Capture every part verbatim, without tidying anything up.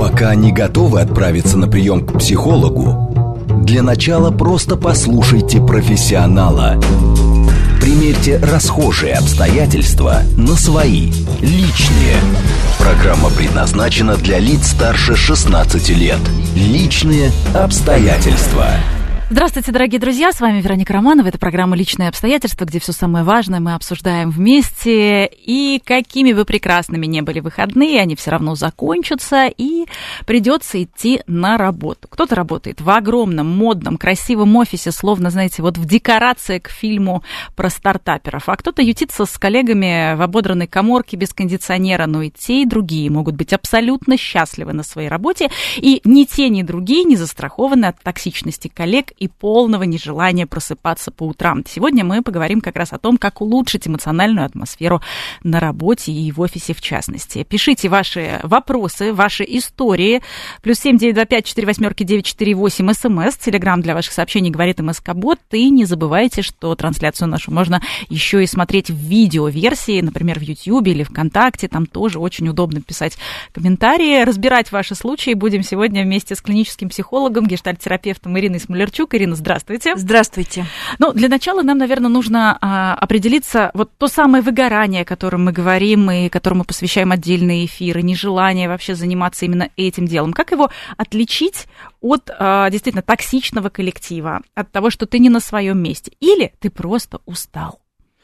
Пока не готовы отправиться на прием к психологу, для начала просто послушайте профессионала. Примерьте расхожие обстоятельства на свои, личные. Программа предназначена для лиц старше шестнадцати лет. Личные обстоятельства. Здравствуйте, дорогие друзья, с вами Вероника Романова. Это программа «Личные обстоятельства», где все самое важное мы обсуждаем вместе. И какими бы прекрасными ни были выходные, они все равно закончатся, и придется идти на работу. Кто-то работает в огромном, модном, красивом офисе, словно, знаете, вот в декорации к фильму про стартаперов. А кто-то ютится с коллегами в ободранной каморке без кондиционера. Но и те, и другие могут быть абсолютно счастливы на своей работе. И ни те, ни другие не застрахованы от токсичности коллег и полного нежелания просыпаться по утрам. Сегодня мы поговорим как раз о том, как улучшить эмоциональную атмосферу на работе и в офисе в частности. Пишите ваши вопросы, ваши истории. Плюс семь девять два пять четыре восьмерки девять четыре восемь СМС. Телеграм для ваших сообщений говорит МСК-бот. И не забывайте, что трансляцию нашу можно еще и смотреть в видеоверсии, например, в Ютьюбе или ВКонтакте. Там тоже очень удобно писать комментарии. Разбирать ваши случаи будем сегодня вместе с клиническим психологом, гештальт-терапевтом Ириной Смолярчук. Ирина, здравствуйте. Здравствуйте. Ну, для начала нам, наверное, нужно а, определиться, вот то самое выгорание, о котором мы говорим и которому посвящаем отдельные эфиры, нежелание вообще заниматься именно этим делом. Как его отличить от а, действительно токсичного коллектива, от того, что ты не на своем месте, или ты просто устал?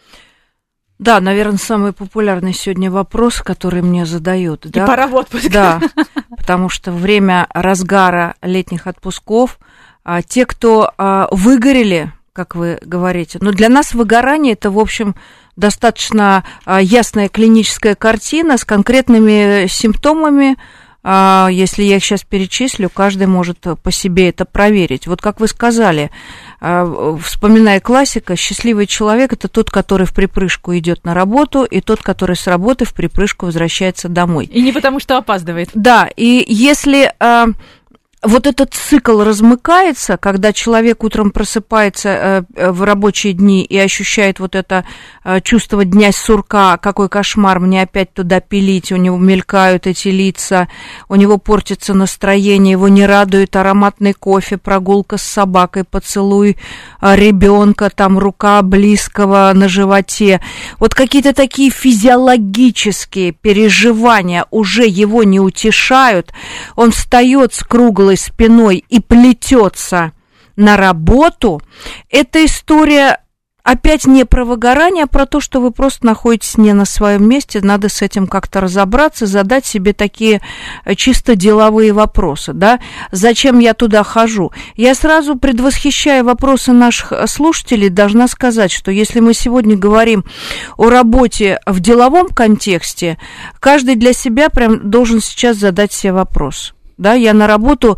Да, наверное, самый популярный сегодня вопрос, который мне задают. И да? пора в отпуск. Да, потому что время разгара летних отпусков, а, те, кто а, выгорели, как вы говорите, но для нас выгорание – это, в общем, достаточно а, ясная клиническая картина с конкретными симптомами. А, если я их сейчас перечислю, каждый может по себе это проверить. Вот как вы сказали, а, вспоминая классика, счастливый человек – это тот, который в припрыжку идет на работу, и тот, который с работы в припрыжку возвращается домой. И не потому, что опаздывает. Да, и если а, вот этот цикл размыкается, когда человек утром просыпается в рабочие дни и ощущает вот это чувство дня сурка, какой кошмар, мне опять туда пилить, у него мелькают эти лица, у него портится настроение, его не радует ароматный кофе, прогулка с собакой, поцелуй ребенка, там рука близкого на животе. Вот какие-то такие физиологические переживания уже его не утешают, он встает с круглой спиной и плетется на работу. Эта история опять не про выгорание, а про то, что вы просто находитесь не на своем месте, надо с этим как-то разобраться, задать себе такие чисто деловые вопросы, да, зачем я туда хожу. Я сразу, предвосхищая вопросы наших слушателей, должна сказать, что если мы сегодня говорим о работе в деловом контексте, каждый для себя прям должен сейчас задать себе вопрос. Да, я на работу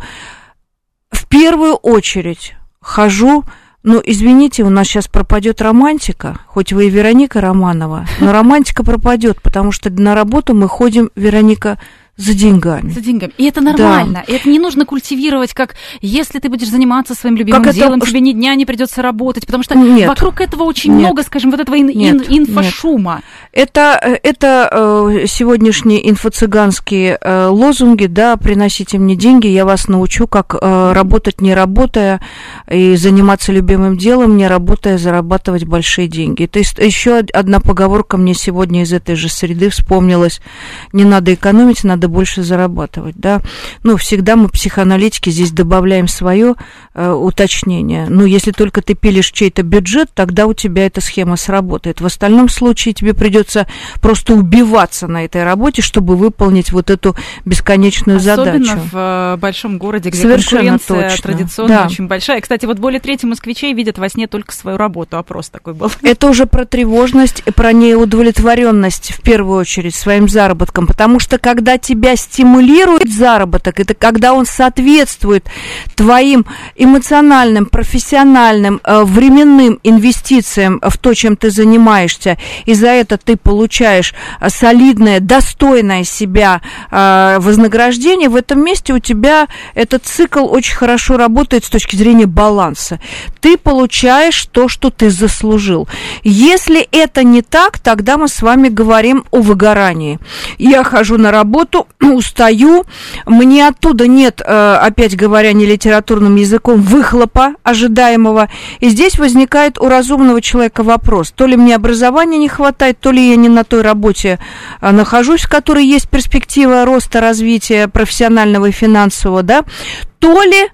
в первую очередь хожу, ну, извините, у нас сейчас пропадет романтика, хоть вы и Вероника Романова, но романтика пропадет, потому что на работу мы ходим, Вероника, за деньгами. За деньгами. И это нормально. Да. И это не нужно культивировать, как если ты будешь заниматься своим любимым как делом, это... тебе ни дня не придется работать, потому что нет. вокруг этого очень нет. много, скажем, вот этого ин- нет. ин- инфошума. Это, это э, сегодняшние инфо-цыганские э, лозунги, да, приносите мне деньги, я вас научу, как э, работать не работая и заниматься любимым делом, не работая, зарабатывать большие деньги. То есть еще одна поговорка мне сегодня из этой же среды вспомнилась: не надо экономить, надо больше зарабатывать, да. Ну, всегда мы, психоаналитики, здесь добавляем свое э, уточнение. Ну, если только ты пилишь чей-то бюджет, тогда у тебя эта схема сработает. В остальном случае тебе придется просто убиваться на этой работе, чтобы выполнить вот эту бесконечную Особенно задачу. Особенно в большом городе, где совершенно конкуренция точно. Традиционно Да. очень большая. Кстати, вот более трети москвичей видят во сне только свою работу. Опрос такой был. Это уже про тревожность и про неудовлетворенность в первую очередь своим заработком, потому что когда тебя стимулирует заработок, это когда он соответствует твоим эмоциональным, профессиональным, временным инвестициям в то, чем ты занимаешься, и за это ты получаешь солидное, достойное себя вознаграждение, в этом месте у тебя этот цикл очень хорошо работает с точки зрения баланса. Ты получаешь то, что ты заслужил. Если это не так, тогда мы с вами говорим о выгорании. Я хожу на работу, устаю, мне оттуда нет, опять говоря, не литературным языком, выхлопа ожидаемого. И здесь возникает у разумного человека вопрос, то ли мне образования не хватает, то ли я не на той работе нахожусь, в которой есть перспектива роста, развития профессионального и финансового, да, то ли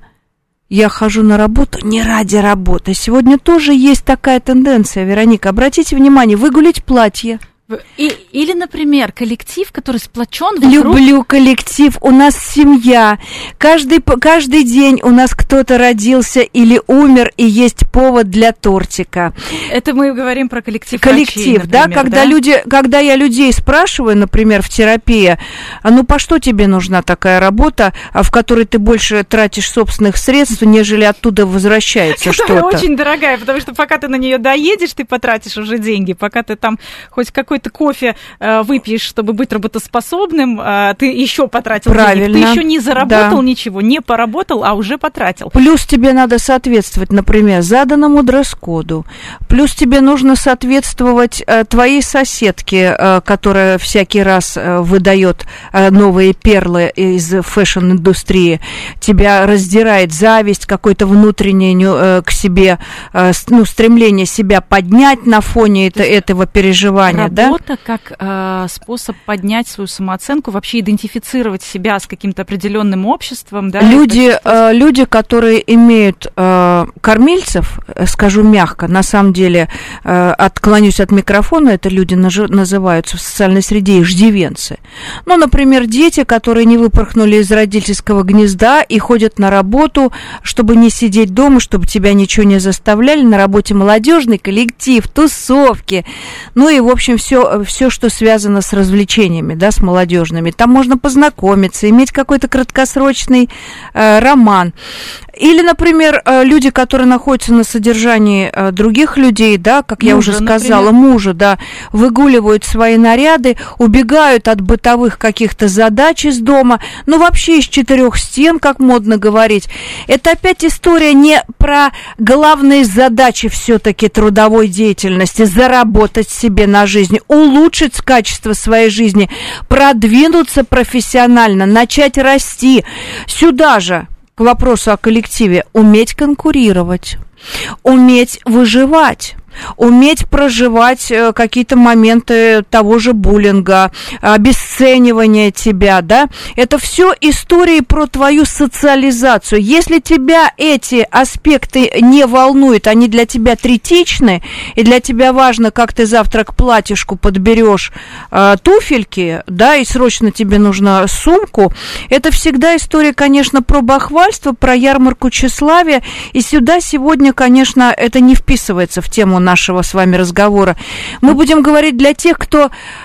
я хожу на работу не ради работы. Сегодня тоже есть такая тенденция, Вероника. Обратите внимание, выгулить платье. И, или, например, коллектив, который сплочен вокруг... Люблю коллектив, у нас семья, каждый, каждый день у нас кто-то родился или умер, и есть повод для тортика. Это мы говорим про коллектив Коллектив, врачей, да, например, когда, да? люди, когда я людей спрашиваю, например, в терапии, ну, по что тебе нужна такая работа, в которой ты больше тратишь собственных средств, нежели оттуда возвращается что-то? Которая очень дорогая, потому что пока ты на нее доедешь, ты потратишь уже деньги, пока ты там хоть какой-то кофе э, выпьешь, чтобы быть работоспособным, э, ты еще потратил Правильно. денег. Ты еще не заработал Да. ничего, не поработал, а уже потратил. Плюс тебе надо соответствовать, например, заданному дресс-коду. Плюс тебе нужно соответствовать э, твоей соседке, э, которая всякий раз э, выдает э, новые перлы из фэшн-индустрии. Тебя раздирает зависть, какое-то внутреннее э, к себе, э, ну, стремление себя поднять на фоне это, этого переживания. Да? Работа как э, способ поднять свою самооценку, вообще идентифицировать себя с каким-то определенным обществом. Да, люди, э, люди, которые имеют э, кормильцев, скажу мягко, на самом деле, э, отклонюсь от микрофона, это люди наж- называются в социальной среде иждивенцы. Ну, например, дети, которые не выпорхнули из родительского гнезда и ходят на работу, чтобы не сидеть дома, чтобы тебя ничего не заставляли, на работе молодежный коллектив, тусовки, ну и, в общем, все, все, что связано с развлечениями, да, с молодежными. Там можно познакомиться, иметь какой-то краткосрочный э, роман. Или, например, люди, которые находятся на содержании других людей, да, как я мужа, уже сказала, например. мужа, да, выгуливают свои наряды, убегают от бытовых каких-то задач из дома, ну, вообще из четырех стен, как модно говорить. Это опять история не про главные задачи все-таки трудовой деятельности, заработать себе на жизнь, улучшить качество своей жизни, продвинуться профессионально, начать расти. Сюда же, к вопросу о коллективе, уметь конкурировать, уметь выживать, уметь проживать какие-то моменты того же буллинга, обесценивания тебя, да, это все истории про твою социализацию. Если тебя эти аспекты не волнуют, они для тебя третичны, и для тебя важно, как ты завтра к платьишку подберешь э, туфельки, да, и срочно тебе нужна сумку, это всегда история, конечно, про бахвальство, про ярмарку тщеславия, и сюда сегодня, конечно, это не вписывается в тему нашего с вами разговора. Мы будем говорить для тех, кто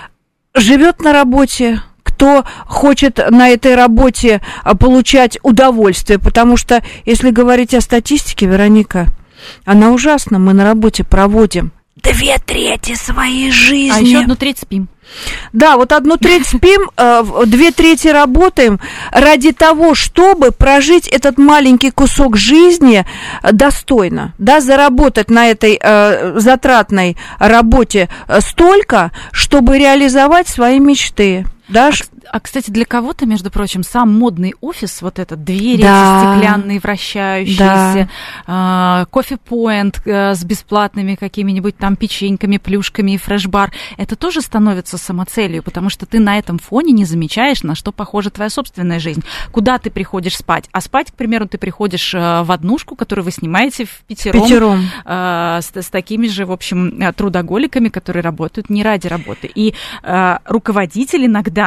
живет на работе, кто хочет на этой работе получать удовольствие, потому что, если говорить о статистике, Вероника, она ужасна, мы на работе проводим две трети своей жизни. А еще одну треть спим. Да, вот одну треть спим, две трети работаем ради того, чтобы прожить этот маленький кусок жизни достойно, да, заработать на этой э, затратной работе столько, чтобы реализовать свои мечты. Да? А, а, кстати, для кого-то, между прочим, сам модный офис, вот этот, двери да. стеклянные, вращающиеся, да. э, кофе-поинт э, с бесплатными какими-нибудь там печеньками, плюшками и фреш-бар, это тоже становится самоцелью, потому что ты на этом фоне не замечаешь, на что похожа твоя собственная жизнь. Куда ты приходишь спать? А спать, к примеру, ты приходишь э, в однушку, которую вы снимаете в пятером, пятером. Э, с, с такими же, в общем, трудоголиками, которые работают не ради работы. И э, руководитель иногда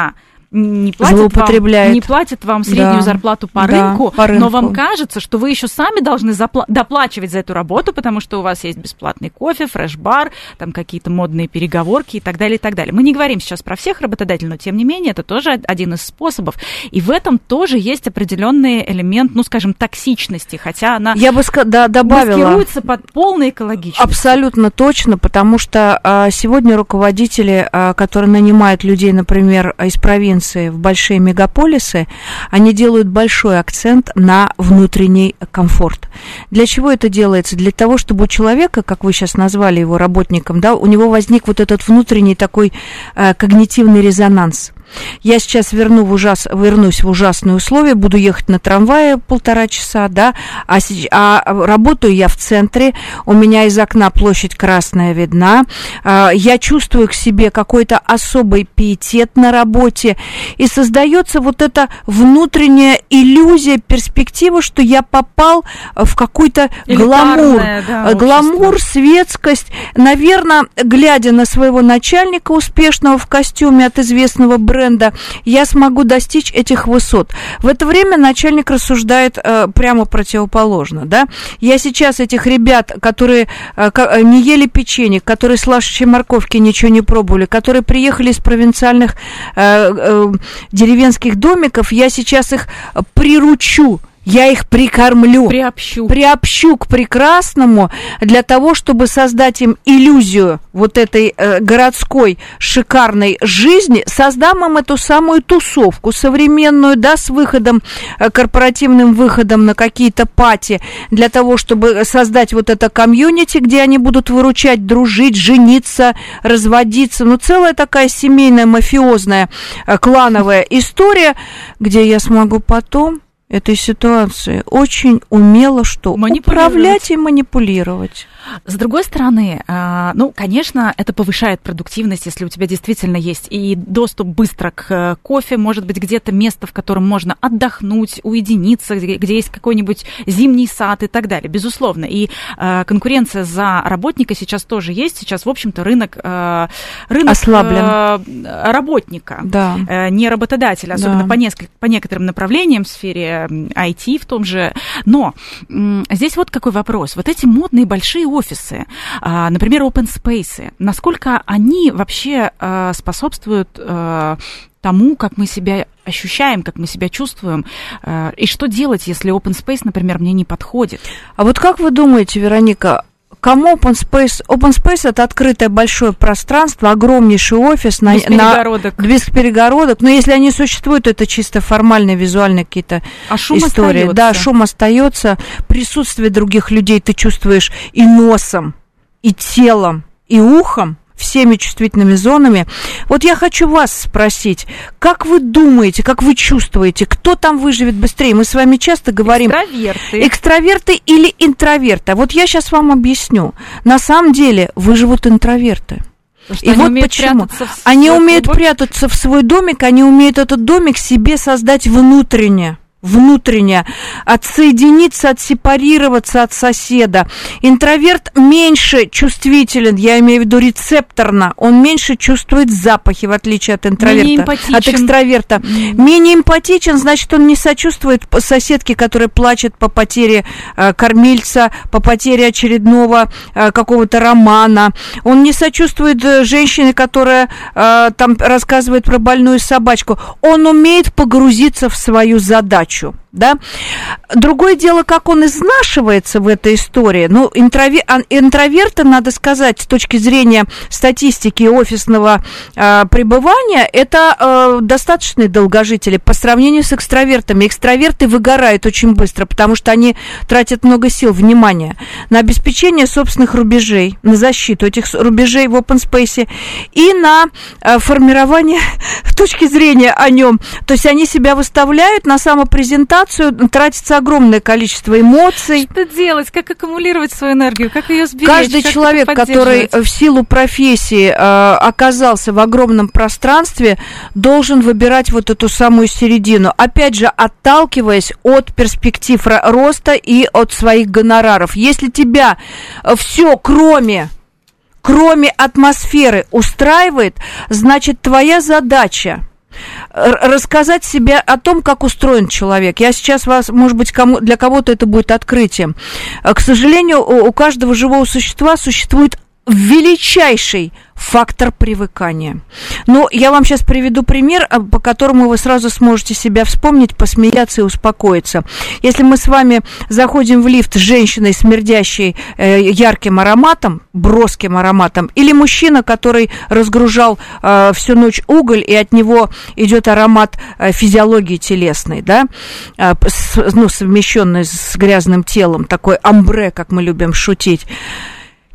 не платят, вам, не платят вам среднюю да. зарплату по, да, рынку, по рынку, но вам кажется, что вы еще сами должны запла- доплачивать за эту работу, потому что у вас есть бесплатный кофе, фреш-бар, там какие-то модные переговорки и так далее, и так далее. Мы не говорим сейчас про всех работодателей, но тем не менее это тоже один из способов. И в этом тоже есть определенный элемент, ну, скажем, токсичности, хотя она Я бы да, добавила, маскируется под полной экологичностью. Абсолютно точно, потому что а, сегодня руководители, а, которые нанимают людей, например, из провинции, в большие мегаполисы, они делают большой акцент на внутренний комфорт. Для чего это делается? Для того, чтобы у человека, как вы сейчас назвали его работником, да, у него возник вот этот внутренний такой э, когнитивный резонанс. Я сейчас верну в ужас, вернусь в ужасные условия, буду ехать на трамвае полтора часа, да, а, а работаю я в центре, у меня из окна площадь Красная видна, я чувствую к себе какой-то особый пиетет на работе, и создается вот эта внутренняя иллюзия, перспектива, что я попал в какой-то гламур, да, гламур, светскость. Наверное, глядя на своего начальника успешного в костюме от известного бренда, я смогу достичь этих высот. В это время начальник рассуждает э, прямо противоположно, да. Я сейчас этих ребят, которые э, не ели печенье, которые слаще морковки ничего не пробовали, которые приехали из провинциальных э, э, деревенских домиков, я сейчас их приручу. Я их прикормлю, приобщу. приобщу к прекрасному для того, чтобы создать им иллюзию вот этой э, городской шикарной жизни, создам им эту самую тусовку современную, да, с выходом, э, корпоративным выходом на какие-то пати, для того, чтобы создать вот это комьюнити, где они будут выручать, дружить, жениться, разводиться. Ну, целая такая семейная, мафиозная, э, клановая история, где я смогу потом этой ситуации очень умело что? Управлять и манипулировать. С другой стороны, ну, конечно, это повышает продуктивность, если у тебя действительно есть и доступ быстро к кофе, может быть, где-то место, в котором можно отдохнуть, уединиться, где, где есть какой-нибудь зимний сад и так далее, безусловно. И конкуренция за работника сейчас тоже есть. Сейчас, в общем-то, рынок, рынок ослаблен. Работника, да. Не работодателя, особенно да. по, несколько, по некоторым направлениям в сфере ай ти в том же. Но здесь вот какой вопрос. Вот эти модные большие офисы, например, open space, насколько они вообще способствуют тому, как мы себя ощущаем, как мы себя чувствуем, и что делать, если open space, например, мне не подходит? А вот как вы думаете, Вероника, кому open space? Open space – это открытое большое пространство, огромнейший офис. Без на, перегородок. На, без перегородок. Но если они существуют, это чисто формальные, визуальные какие-то а шум истории. Остается. Да, шум остается. Присутствие других людей ты чувствуешь и носом, и телом, и ухом, всеми чувствительными зонами. Вот я хочу вас спросить, как вы думаете, как вы чувствуете, кто там выживет быстрее? Мы с вами часто говорим... Экстраверты. Экстраверты или интроверты. Вот я сейчас вам объясню. На самом деле выживут интроверты. И вот почему. Они умеют прятаться в свой домик, они умеют этот домик себе создать внутренне. Внутренне, отсоединиться, отсепарироваться от соседа. Интроверт меньше чувствителен, я имею в виду рецепторно, он меньше чувствует запахи, в отличие от интроверта, от экстраверта. Mm. Менее эмпатичен, значит, он не сочувствует соседке, которая плачет по потере э, кормильца, по потере очередного э, какого-то романа. Он не сочувствует э, женщине, которая э, там рассказывает про больную собачку. Он умеет погрузиться в свою задачу. Да? Другое дело, как он изнашивается в этой истории. Ну, интровер... интроверты, надо сказать, с точки зрения статистики офисного э, пребывания, это э, достаточные долгожители по сравнению с экстравертами. Экстраверты выгорают очень быстро, потому что они тратят много сил, внимания на обеспечение собственных рубежей, на защиту этих рубежей в open space и на э, формирование точки зрения о нем. То есть они себя выставляют на самопрезентацию, тратится огромное количество эмоций. Что делать? Как аккумулировать свою энергию? Как ее сберечь? Каждый как человек, который в силу профессии э, оказался в огромном пространстве, должен выбирать вот эту самую середину. Опять же, отталкиваясь от перспектив роста и от своих гонораров. Если тебя все, кроме... кроме атмосферы, устраивает, значит, твоя задача рассказать себе о том, как устроен человек. Я сейчас вас, может быть, кому, для кого-то это будет открытием. К сожалению, у каждого живого существа существует величайший фактор привыкания. Но я вам сейчас приведу пример, по которому вы сразу сможете себя вспомнить, посмеяться и успокоиться. Если мы с вами заходим в лифт с женщиной, смердящей э, ярким ароматом, броским ароматом, или мужчина, который разгружал э, всю ночь уголь, и от него идет аромат э, физиологии телесной, да, э, с, ну, совмещенный с грязным телом, такой амбре, как мы любим шутить.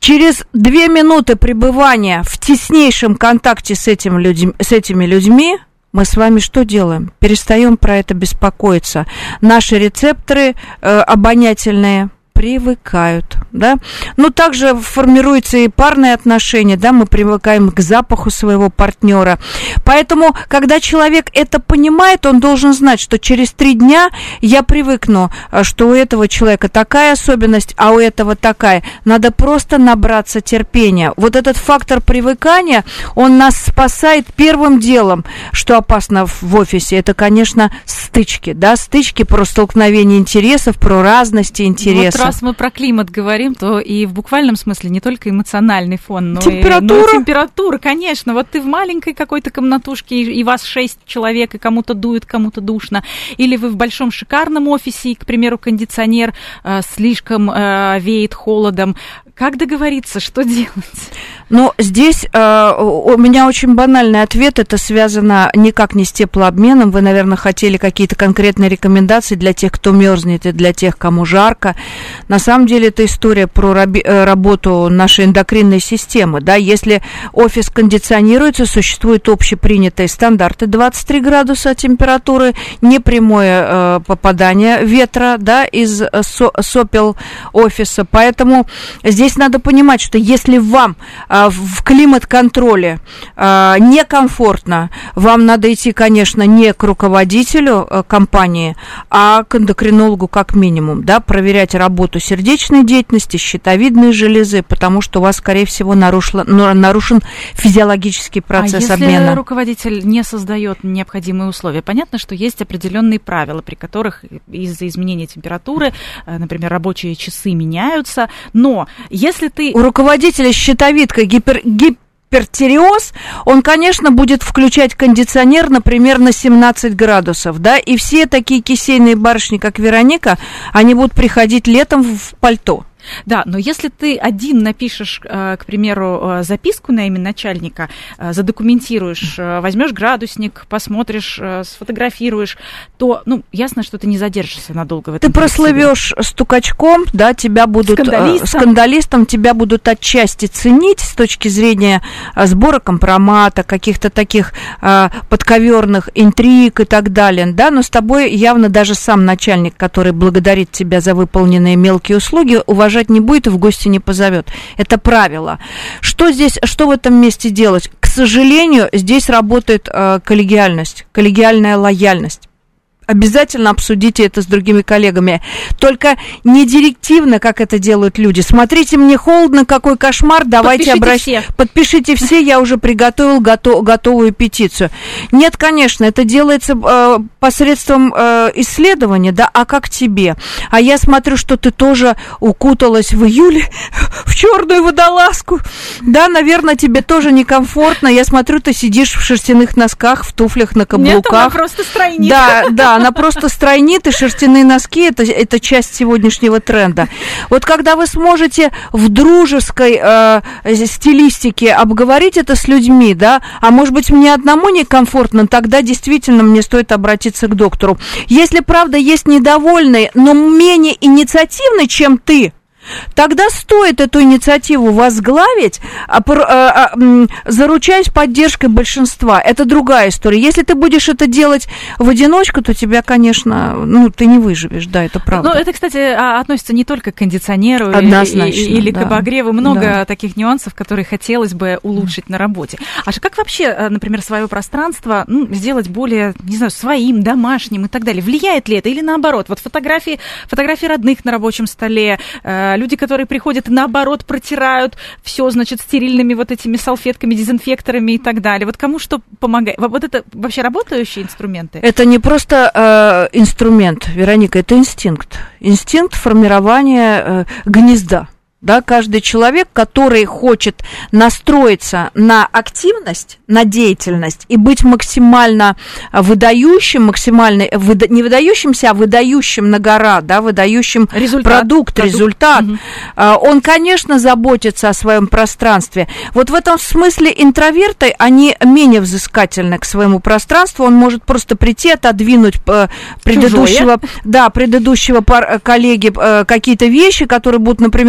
Через две минуты пребывания в теснейшем контакте с, этим людьми, с этими людьми мы с вами что делаем? Перестаем про это беспокоиться. Наши рецепторы э, обонятельные привыкают, да. Ну, также формируются и парные отношения, да, мы привыкаем к запаху своего партнера. Поэтому, когда человек это понимает, он должен знать, что через три дня я привыкну, что у этого человека такая особенность, а у этого такая. Надо просто набраться терпения. Вот этот фактор привыкания, он нас спасает первым делом, что опасно в офисе. Это, конечно, стычки, да, стычки про столкновение интересов, про разности интересов. Вот раз мы про климат говорим, то и в буквальном смысле не только эмоциональный фон, но температура. И, но и температура, конечно. Вот ты в маленькой какой-то комнатушке, и, и вас шесть человек, и кому-то дует, кому-то душно. Или вы в большом шикарном офисе, и, к примеру, кондиционер э, слишком э, веет холодом. Как договориться, что делать? Ну, здесь э, у меня очень банальный ответ. Это связано никак не с теплообменом. Вы, наверное, хотели какие-то конкретные рекомендации для тех, кто мерзнет, и для тех, кому жарко. На самом деле, это история про раби- работу нашей эндокринной системы. Да? Если офис кондиционируется, существуют общепринятые стандарты двадцать три градуса температуры, непрямое э, попадание ветра, да, из со- сопел офиса. Поэтому здесь Здесь надо понимать, что если вам а, в климат-контроле а, некомфортно, вам надо идти, конечно, не к руководителю а, компании, а к эндокринологу как минимум, да, проверять работу сердечной деятельности, щитовидной железы, потому что у вас, скорее всего, нарушила, нарушен физиологический процесс а обмена. Если руководитель не создает необходимые условия, понятно, что есть определенные правила, при которых из-за изменения температуры, например, рабочие часы меняются, но если ты... У руководителя щитовидка гипер... гипертиреоз, он, конечно, будет включать кондиционер, например, на семнадцать градусов, да, и все такие кисейные барышни, как Вероника, они будут приходить летом в пальто. Да, но если ты один напишешь, к примеру, записку на имя начальника, задокументируешь, возьмешь градусник, посмотришь, сфотографируешь, то, ну, ясно, что ты не задержишься надолго в этом. Ты прослывешь стукачком, да, тебя будут... Скандалистом. Скандалистом, тебя будут отчасти ценить с точки зрения сбора компромата, каких-то таких подковерных интриг и так далее, да, но с тобой явно даже сам начальник, который благодарит тебя за выполненные мелкие услуги, уважает не будет и в гости не позовет. Это правило. Что здесь, что в этом месте делать? К сожалению, здесь работает э, коллегиальность, коллегиальная лояльность. Обязательно обсудите это с другими коллегами. Только не директивно, как это делают люди. Смотрите, мне холодно, какой кошмар, давайте обращаться. Подпишите все, я уже приготовил готов, готовую петицию. Нет, конечно, это делается э, посредством э, исследования, да, а как тебе? А я смотрю, что ты тоже укуталась в июле в черную водолазку. Да, наверное, тебе тоже некомфортно. Я смотрю, ты сидишь в шерстяных носках, в туфлях на каблуках. Нет, она просто стройнит. Да, да. Она просто стройнит, и шерстяные носки это, – это часть сегодняшнего тренда. Вот когда вы сможете в дружеской э, стилистике обговорить это с людьми, да, а может быть, мне одному некомфортно, тогда действительно мне стоит обратиться к доктору. Если, правда, есть недовольный, но менее инициативный, чем ты, тогда стоит эту инициативу возглавить, а, а, а, заручаясь поддержкой большинства. Это другая история. Если ты будешь это делать в одиночку, то тебя, конечно, ну, ты не выживешь, да, это правда. Ну, это, кстати, относится не только к кондиционеру Однозначно, или, или да. к обогреву. Много да. таких нюансов, которые хотелось бы улучшить на работе. А как вообще, например, свое пространство ну, сделать более, не знаю, своим, домашним и так далее? Влияет ли это или наоборот? Вот фотографии, фотографии родных на рабочем столе, люди, которые приходят и наоборот протирают все, значит, стерильными вот этими салфетками, дезинфекторами и так далее. Вот кому что помогает? Вот это вообще работающие инструменты? Это не просто э, инструмент, Вероника, это инстинкт. Инстинкт формирования э, гнезда. Да, каждый человек, который хочет настроиться на активность, на деятельность и быть максимально выдающим, максимально выда, не выдающимся, а выдающим на гора, да, выдающим результат, продукт, продукт, результат, угу. Он, конечно, заботится о своем пространстве. Вот в этом смысле интроверты, они менее взыскательны к своему пространству, он может просто прийти, отодвинуть предыдущего, да, предыдущего коллеги какие-то вещи, которые будут, например, плохо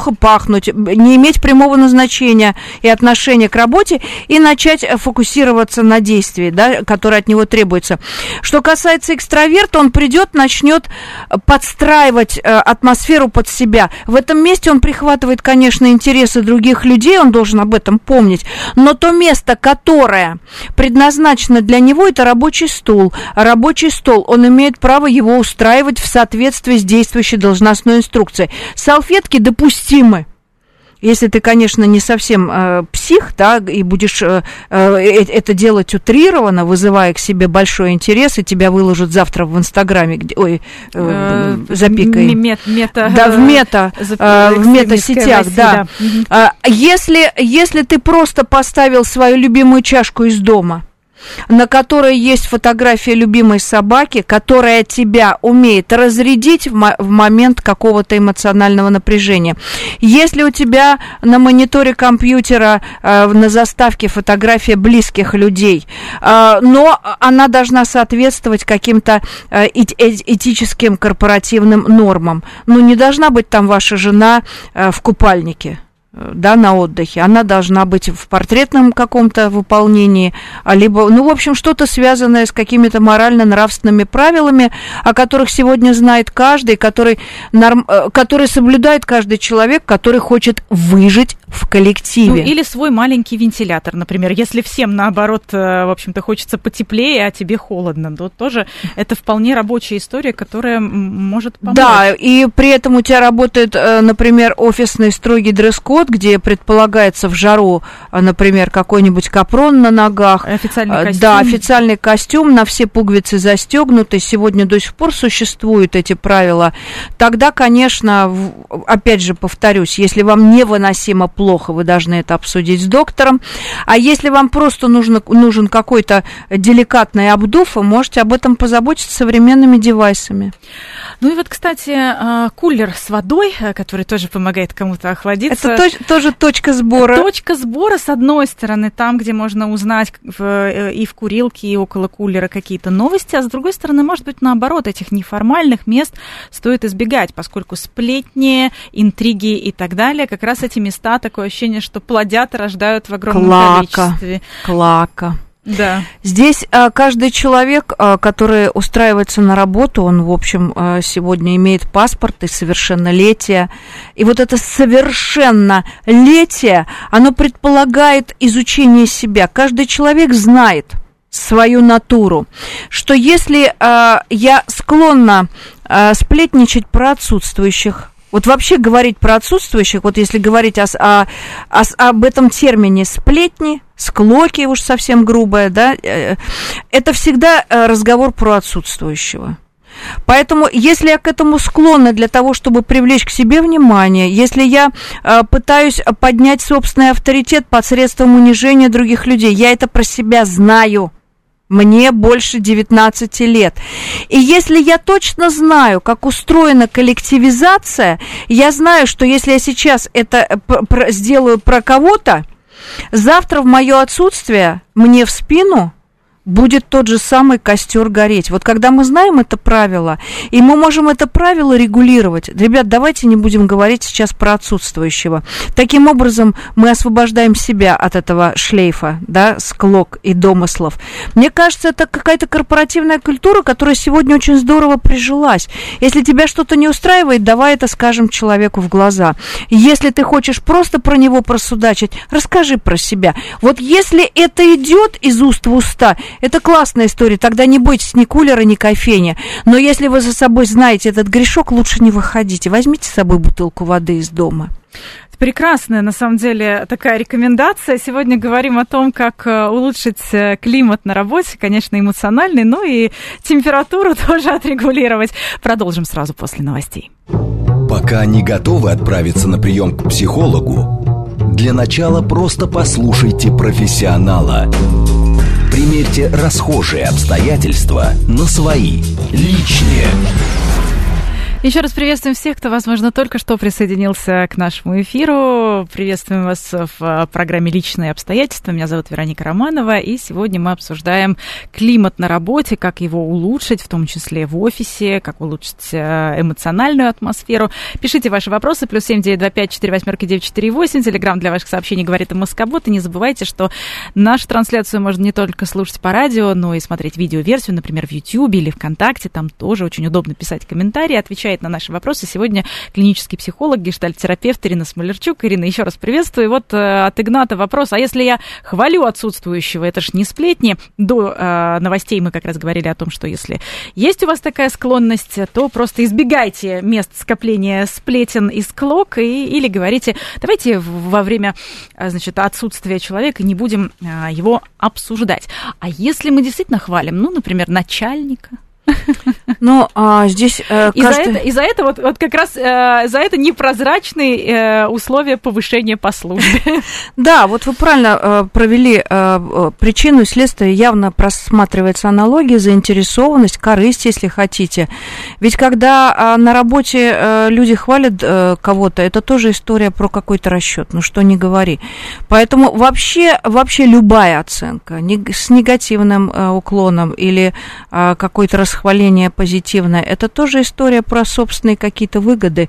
плохо пахнуть, не иметь прямого назначения и отношения к работе и начать фокусироваться на действии, да, которое от него требуется. Что касается экстраверта, он придет, начнет подстраивать атмосферу под себя. В этом месте он прихватывает, конечно, интересы других людей, он должен об этом помнить, но то место, которое предназначено для него, это рабочий стул. Рабочий стол, он имеет право его устраивать в соответствии с действующей должностной инструкцией. Салфетки допустимы. Если ты, конечно, не совсем э, псих, да, и будешь э, э, это делать утрированно, вызывая к себе большой интерес, и тебя выложат завтра в Инстаграме, где, ой, э, э, запикай. Мет, мета, да, в мета, э, в мета-сетях, да. да. Если, если ты просто поставил свою любимую чашку из дома, на которой есть фотография любимой собаки, которая тебя умеет разрядить в, мо- в момент какого-то эмоционального напряжения. Если у тебя на мониторе компьютера э, на заставке фотография близких людей, э, но она должна соответствовать каким-то э, эти- этическим корпоративным нормам. Ну, не должна быть там ваша жена э, в купальнике. Да, на отдыхе, она должна быть в портретном каком-то выполнении, либо, ну, в общем, что-то связанное с какими-то морально-нравственными правилами, о которых сегодня знает каждый, который, норм, который соблюдает каждый человек, который хочет выжить в коллективе. Ну, или свой маленький вентилятор, например, если всем, наоборот, в общем-то, хочется потеплее, а тебе холодно, то тоже это вполне рабочая история, которая может помочь. Да, и при этом у тебя работает, например, офисный строгий дресс-код, где предполагается в жару, например, какой-нибудь капрон на ногах. Официальный костюм. Да, официальный костюм, на все пуговицы застегнуты. Сегодня до сих пор существуют эти правила. Тогда, конечно, опять же повторюсь, если вам невыносимо плохо, вы должны это обсудить с доктором. А если вам просто нужно, нужен какой-то деликатный обдув, вы можете об этом позаботиться современными девайсами. Ну и вот, кстати, кулер с водой, который тоже помогает кому-то охладиться. Это то, тоже точка сбора. Точка сбора, с одной стороны, там, где можно узнать в, и в курилке, и около кулера какие-то новости, а с другой стороны, может быть, наоборот, этих неформальных мест стоит избегать, поскольку сплетни, интриги и так далее, как раз эти места, такое ощущение, что плодят и рождают в огромном Клака. количестве. Клака. Да. Здесь а, каждый человек, а, который устраивается на работу, он, в общем, а, сегодня имеет паспорт и совершеннолетие. И вот это совершеннолетие, оно предполагает изучение себя. Каждый человек знает свою натуру, что если а, я склонна а, сплетничать про отсутствующих, вот вообще говорить про отсутствующих, вот если говорить о, о, о, об этом термине сплетни, склоки, уж совсем грубое, да, это всегда разговор про отсутствующего. Поэтому, если я к этому склонна для того, чтобы привлечь к себе внимание, если я э, пытаюсь поднять собственный авторитет посредством унижения других людей, я это про себя знаю. Мне больше девятнадцати лет. И если я точно знаю, как устроена коллективизация, я знаю, что если я сейчас это сделаю про кого-то, завтра в мое отсутствие мне в спину будет тот же самый костер гореть. Вот когда мы знаем это правило, и мы можем это правило регулировать, ребят, давайте не будем говорить сейчас про отсутствующего. Таким образом, мы освобождаем себя от этого шлейфа, да, склок и домыслов. Мне кажется, это какая-то корпоративная культура, которая сегодня очень здорово прижилась. Если тебя что-то не устраивает, давай это скажем человеку в глаза. Если ты хочешь просто про него просудачить, расскажи про себя. Вот если это идет из уст в уста, это классная история, тогда не бойтесь ни кулера, ни кофейни. Но если вы за собой знаете этот грешок, лучше не выходите. Возьмите с собой бутылку воды из дома. Прекрасная, на самом деле, такая рекомендация. Сегодня говорим о том, как улучшить климат на работе, конечно, эмоциональный, но и температуру тоже отрегулировать. Продолжим сразу после новостей. Пока не готовы отправиться на прием к психологу, для начала просто послушайте профессионала. Примерьте расхожие обстоятельства на свои, личные. Еще раз приветствуем всех, кто, возможно, только что присоединился к нашему эфиру. Приветствуем вас в программе «Личные обстоятельства». Меня зовут Вероника Романова, и сегодня мы обсуждаем климат на работе, как его улучшить, в том числе в офисе, как улучшить эмоциональную атмосферу. Пишите ваши вопросы, плюс семь девять два пять четыре восьмерки девять четыре восемь, телеграм для ваших сообщений говорит МСК-бот. И не забывайте, что нашу трансляцию можно не только слушать по радио, но и смотреть видеоверсию, например, в Ютьюбе или ВКонтакте. Там тоже очень удобно писать комментарии, отвечает на наши вопросы. Сегодня клинический психолог, гештальт-терапевт Ирина Смолярчук. Ирина, еще раз приветствую. И вот э, от Игната вопрос. А если я хвалю отсутствующего, это ж не сплетни? До э, новостей мы как раз говорили о том, что если есть у вас такая склонность, то просто избегайте мест скопления сплетен и склок, и, или говорите, давайте во время, значит, отсутствия человека не будем э, его обсуждать. А если мы действительно хвалим, ну, например, начальника, но а, здесь э, и, каждый... за это, и за это вот, вот как раз э, за это непрозрачные э, условия повышения по службе. Да, вот вы правильно э, провели э, причину и следствие, явно просматривается аналогия, заинтересованность, корысть, если хотите. Ведь когда э, на работе э, люди хвалят э, кого-то, это тоже история про какой-то расчет, ну что не говори. Поэтому вообще, вообще любая оценка не, с негативным э, уклоном или э, какой-то расхваление позитивное, это тоже история про собственные какие-то выгоды.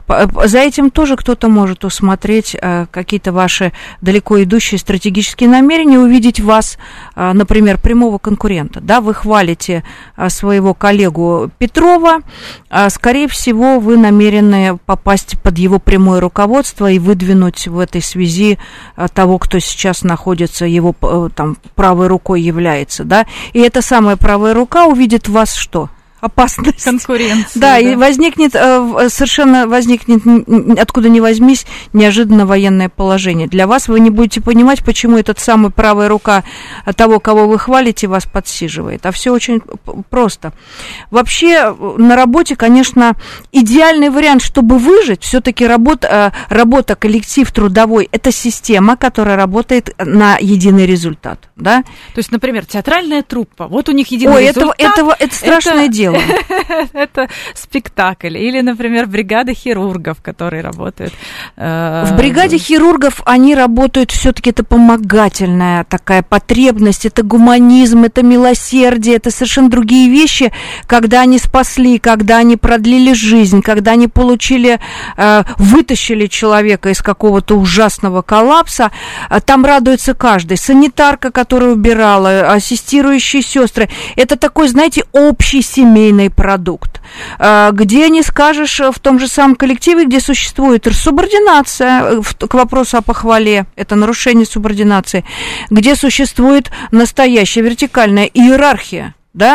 За этим тоже кто-то может усмотреть какие-то ваши далеко идущие стратегические намерения, увидеть вас, например, прямого конкурента. Да, вы хвалите своего коллегу Петрова, скорее всего, вы намерены попасть под его прямое руководство и выдвинуть в этой связи того, кто сейчас находится, его там правой рукой является, да, и эта самая правая рука увидит вас что? Опасность. Конкуренция. Да, да, и возникнет, совершенно возникнет, откуда ни возьмись, неожиданно военное положение. Для вас вы не будете понимать, почему этот самый правая рука того, кого вы хвалите, вас подсиживает. А все очень просто. Вообще, на работе, конечно, идеальный вариант, чтобы выжить, все-таки работа, работа, коллектив трудовой, это система, которая работает на единый результат. Да? То есть, например, театральная труппа, вот у них единый Ой, результат. Ой, это, это, это страшное это... дело. Это спектакль. Или, например, бригада хирургов, которые работают. В бригаде хирургов они работают, все-таки это помогательная такая потребность, это гуманизм, это милосердие, это совершенно другие вещи, когда они спасли, когда они продлили жизнь, когда они получили, вытащили человека из какого-то ужасного коллапса. Там радуется каждый. Санитарка, которая убирала, ассистирующие сестры. Это такой, знаете, общий семейный продукт, где не скажешь в том же самом коллективе, где существует субординация, к вопросу о похвале, это нарушение субординации, где существует настоящая вертикальная иерархия. Да?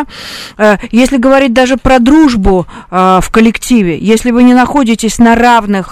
Если говорить даже про дружбу в коллективе, если вы не находитесь на равных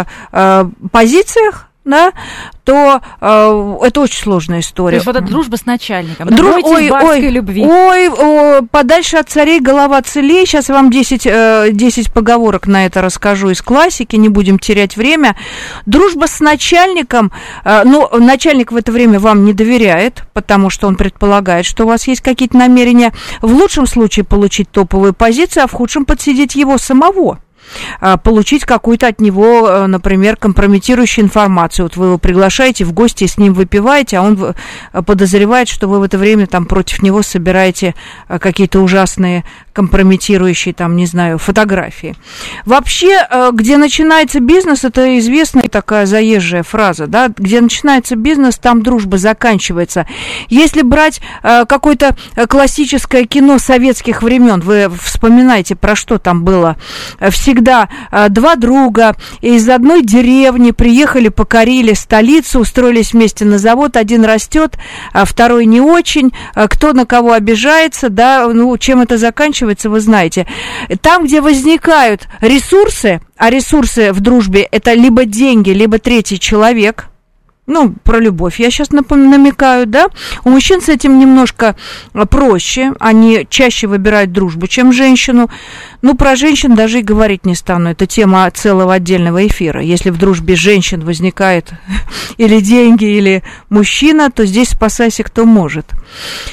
позициях, да, то э, это очень сложная история. То есть вот эта дружба с начальником. Друж... Ой, ой, любви. Ой, ой, подальше от царей голова целей. Сейчас вам десять, десять поговорок на это расскажу из классики, не будем терять время. Дружба с начальником, э, ну, начальник в это время вам не доверяет, потому что он предполагает, что у вас есть какие-то намерения в лучшем случае получить топовую позицию, а в худшем подсидеть его самого. Получить какую-то от него, например, компрометирующую информацию. Вот вы его приглашаете в гости, с ним выпиваете, а он подозревает, что вы в это время там против него собираете какие-то ужасные компрометирующие, там, не знаю, фотографии. Вообще, где начинается бизнес, это известная такая заезжая фраза, да, где начинается бизнес, там дружба заканчивается. Если брать какое-то классическое кино советских времен, вы вспоминаете, про что там было, всегда два друга из одной деревни приехали, покорили столицу, устроились вместе на завод, один растет, а второй не очень, кто на кого обижается, да, ну, чем это заканчивается, вы знаете. Там, где возникают ресурсы, а ресурсы в дружбе это либо деньги, либо третий человек, ну, про любовь я сейчас намекаю, да, у мужчин с этим немножко проще, они чаще выбирают дружбу, чем женщину. Ну, про женщин даже и говорить не стану, это тема целого отдельного эфира. Если в дружбе женщин возникает или деньги, или мужчина, то здесь спасайся кто может.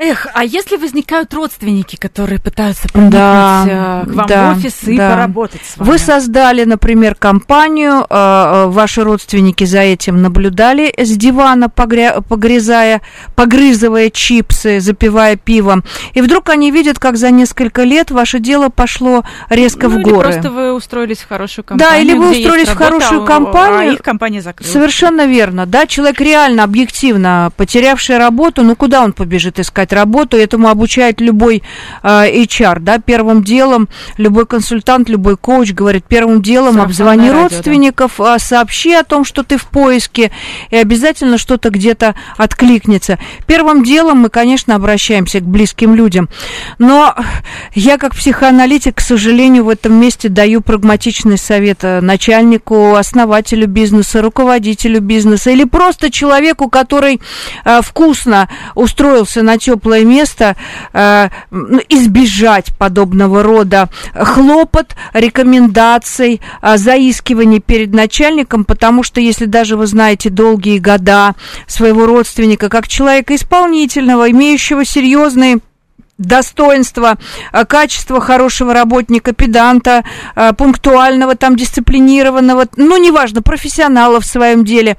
Эх, а если возникают родственники, которые пытаются проникнуть да, к вам да, в офис и да. поработать с вами? Вы создали, например, компанию, ваши родственники за этим наблюдали с дивана, погря... погрязая, погрызывая чипсы, запивая пивом, и вдруг они видят, как за несколько лет ваше дело пошло резко ну, в горы. Или просто вы устроились в хорошую компанию. Да, или вы устроились в работа, хорошую компанию. А их компания закрылась. Совершенно верно, да, человек реально, объективно потерявший работу, ну куда он побежит искать работу? Этому обучает любой э, эйч ар, да, первым делом любой консультант, любой коуч говорит, первым делом обзвони родственников, да. Сообщи о том, что ты в поиске, и обязательно что-то где-то откликнется. Первым делом мы, конечно, обращаемся к близким людям, но я как психоаналитик, к сожалению, в этом месте даю прагматичный совет начальнику, основателю бизнеса, руководителю бизнеса или просто человеку, который э, вкусно устроился на теплое место, э, избежать подобного рода хлопот, рекомендаций, э, заискиваний перед начальником, потому что если даже вы знаете долгие года своего родственника как человека исполнительного, имеющего серьезные достоинства, качество хорошего работника, педанта, пунктуального, там, дисциплинированного, ну, неважно, профессионала в своем деле,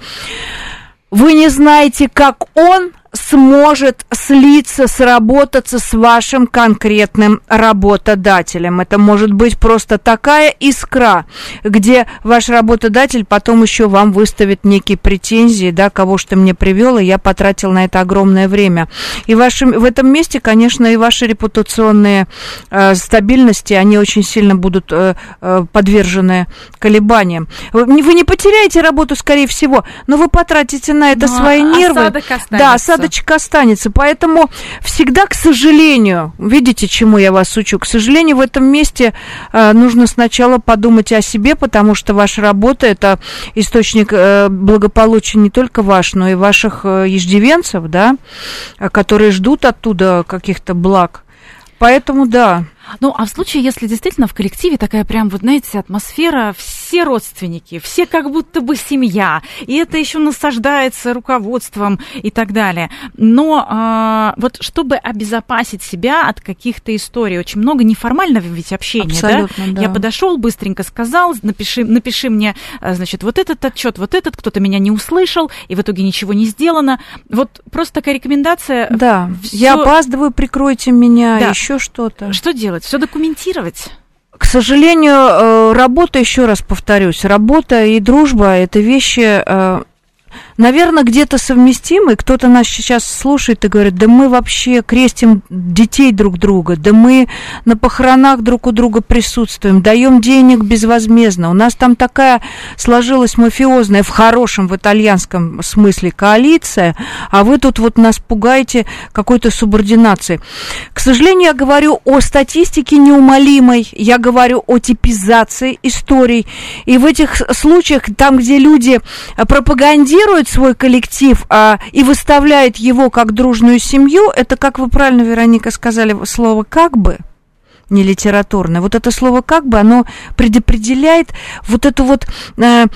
вы не знаете, как он сможет слиться, сработаться с вашим конкретным работодателем. Это может быть просто такая искра, где ваш работодатель потом еще вам выставит некие претензии, да, кого ж ты мне привел, и я потратил на это огромное время. И вашим, в этом месте, конечно, и ваши репутационные э, стабильности, они очень сильно будут э, э, подвержены колебаниям. Вы, вы не потеряете работу, скорее всего, но вы потратите на это но свои нервы. Осадок останется. Да, осадок останется. Поэтому всегда, к сожалению, видите, чему я вас учу, к сожалению, в этом месте э, нужно сначала подумать о себе, потому что ваша работа – это источник э, благополучия не только ваш, но и ваших э, иждивенцев, да, которые ждут оттуда каких-то благ. Поэтому, да. Ну, а в случае, если действительно в коллективе такая прям, вот знаете, атмосфера, все родственники, все как будто бы семья, и это еще насаждается руководством и так далее. Но а, вот чтобы обезопасить себя от каких-то историй, очень много неформального ведь общения, да? да? Я подошел, быстренько сказал, напиши, напиши мне, значит, вот этот отчет, вот этот, кто-то меня не услышал, и в итоге ничего не сделано. Вот просто такая рекомендация. Да, всё... я опаздываю, прикройте меня, да. Еще что-то. Что делать? Все документировать? К сожалению, работа, еще раз повторюсь, работа и дружба – это вещи, наверное, где-то совместимы. Кто-то нас сейчас слушает и говорит, да мы вообще крестим детей друг друга, да мы на похоронах друг у друга присутствуем, даем денег безвозмездно. У нас там такая сложилась мафиозная, в хорошем, в итальянском смысле, коалиция, а вы тут вот нас пугаете какой-то субординацией. К сожалению, я говорю о статистике неумолимой, я говорю о типизации историй. И в этих случаях, там, где люди пропагандируют свой коллектив а, и выставляет его как дружную семью, это, как вы правильно, Вероника, сказали, слово «как бы», не литературное. Вот это слово «как бы», оно предопределяет вот эту вот э,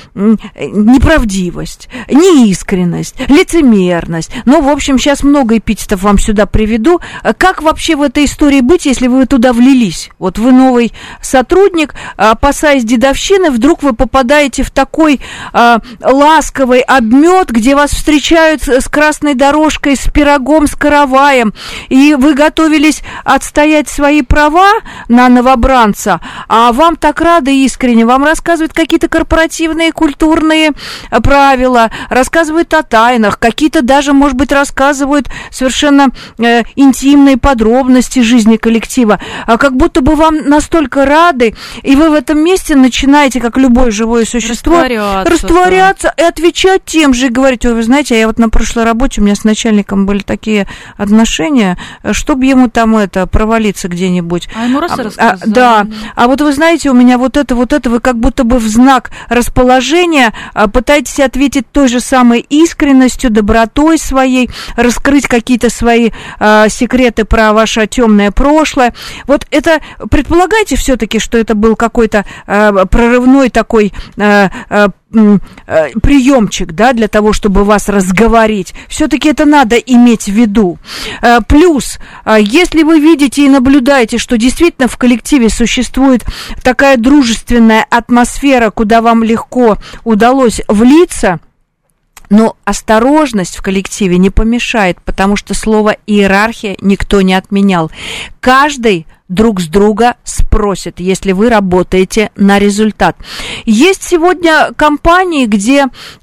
неправдивость, неискренность, лицемерность. Ну, в общем, сейчас много эпитетов вам сюда приведу. Как вообще в этой истории быть, если вы туда влились? Вот вы новый сотрудник, опасаясь дедовщины, вдруг вы попадаете в такой э, ласковый обмет, где вас встречают с красной дорожкой, с пирогом, с караваем, и вы готовились отстоять свои права на новобранца, а вам так рады искренне, вам рассказывают какие-то корпоративные культурные правила, рассказывают о тайнах, какие-то даже, может быть, рассказывают совершенно э, интимные подробности жизни коллектива, а как будто бы вам настолько рады, и вы в этом месте начинаете, как любое живое существо, растворяться, растворяться да. и отвечать тем же, и говорить, ой, вы знаете, я вот на прошлой работе, у меня с начальником были такие отношения, чтобы ему там это, провалиться где-нибудь. А ему раз и рассказали. А, да, а вот вы знаете, у меня вот это, вот это, вы как будто бы в знак расположения пытаетесь ответить той же самой искренностью, добротой своей, раскрыть какие-то свои а, секреты про ваше темное прошлое. Вот это, предполагайте все-таки, что это был какой-то а, прорывной такой а, а, приемчик, да, для того, чтобы вас разговорить. Все-таки это надо иметь в виду. Плюс, если вы видите и наблюдаете, что действительно в коллективе существует такая дружественная атмосфера, куда вам легко удалось влиться, но осторожность в коллективе не помешает, потому что слово «иерархия» никто не отменял. Каждый друг с друга спросит, если вы работаете на результат. Есть сегодня компании, где,